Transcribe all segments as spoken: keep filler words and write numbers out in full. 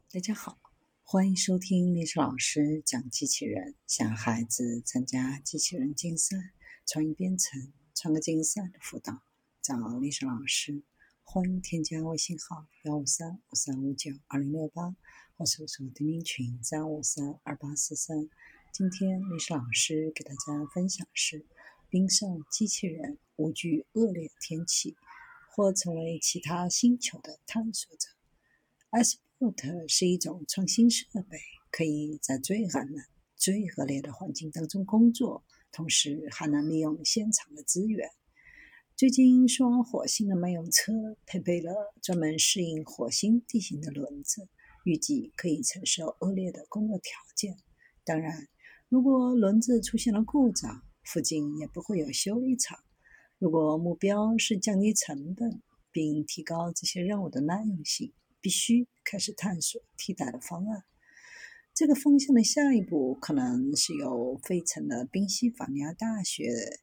大家好，欢迎收听历史老师讲机器人，想孩子参加机器人竞赛、创意编程、创客竞赛的辅导，找历史老师。欢迎添加微信号幺五三五三五九二零六八，或搜索钉钉群三五三二八四三。今天历史老师给大家分享是冰上机器人无惧恶劣天气，或成为其他星球的探索者。Iceboat 是一种创新设备，可以在最寒冷、最恶劣的环境当中工作，同时还能利用现场的资源。最近送往火星的漫游车配备了专门适应火星地形的轮子，预计可以承受恶劣的工作条件。当然，如果轮子出现了故障，附近也不会有修理厂。如果目标是降低成本，并提高这些任务的耐用性，必须开始探索替代的方案。这个方向的下一步可能是由费城的宾夕法尼亚大学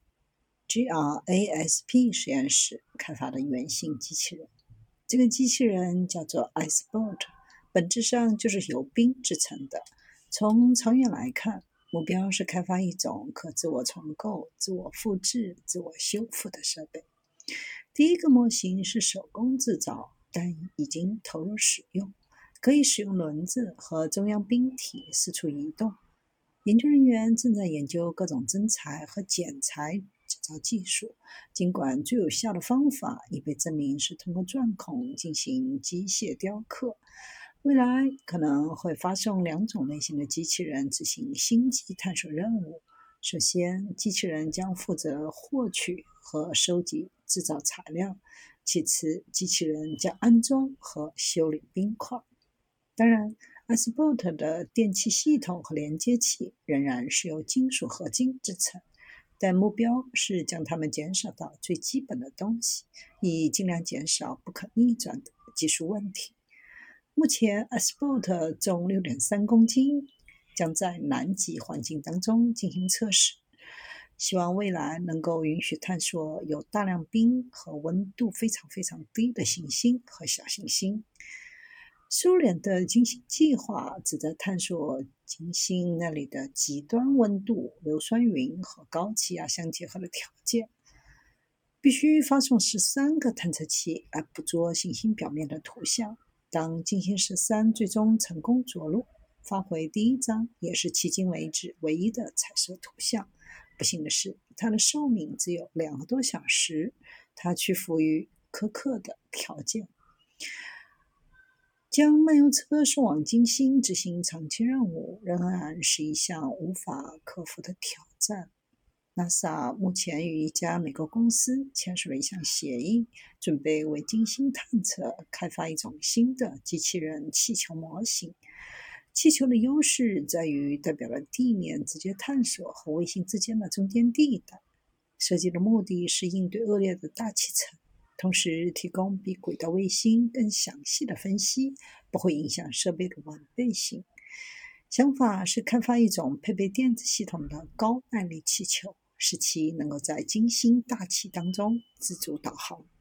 G R A S P 实验室开发的原型机器人。这个机器人叫做 Iceboat， 本质上就是由冰制成的。从长远来看，目标是开发一种可自我重构、自我复制、自我修复的设备。第一个模型是手工制造，但已经投入使用，可以使用轮子和中央冰体四处移动。研究人员正在研究各种增材和减材制造技术，尽管最有效的方法已被证明是通过钻孔进行机械雕刻。未来可能会发送两种类型的机器人执行星际探索任务。首先，机器人将负责获取和收集制造材料，其次，机器人将安装和修理冰块。当然， Iceboat 的电气系统和连接器仍然是由金属合金制成，但目标是将它们减少到最基本的东西，以尽量减少不可逆转的技术问题。目前 Iceboat 重 六点三公斤，将在南极环境当中进行测试，希望未来能够允许探索有大量冰和温度非常非常低的行星和小行星。苏联的金星计划旨在探索金星那里的极端温度、硫酸云和高气压相结合的条件。必须发送十三个探测器来捕捉行星表面的图像。当金星十三最终成功着陆，发回第一张也是迄今为止唯一的彩色图像。不幸的是，它的寿命只有两个多小时，它屈服于苛刻的条件。将漫游车送往金星执行长期任务，仍然是一项无法克服的挑战。NASA 目前与一家美国公司签署了一项协议，准备为金星探测开发一种新的机器人气球模型。气球的优势在于代表了地面直接探索和卫星之间的中间地带。设计的目的是应对恶劣的大气层，同时提供比轨道卫星更详细的分析，不会影响设备的完备性。想法是开发一种配备电子系统的高耐力气球，使其能够在金星大气当中自主导航。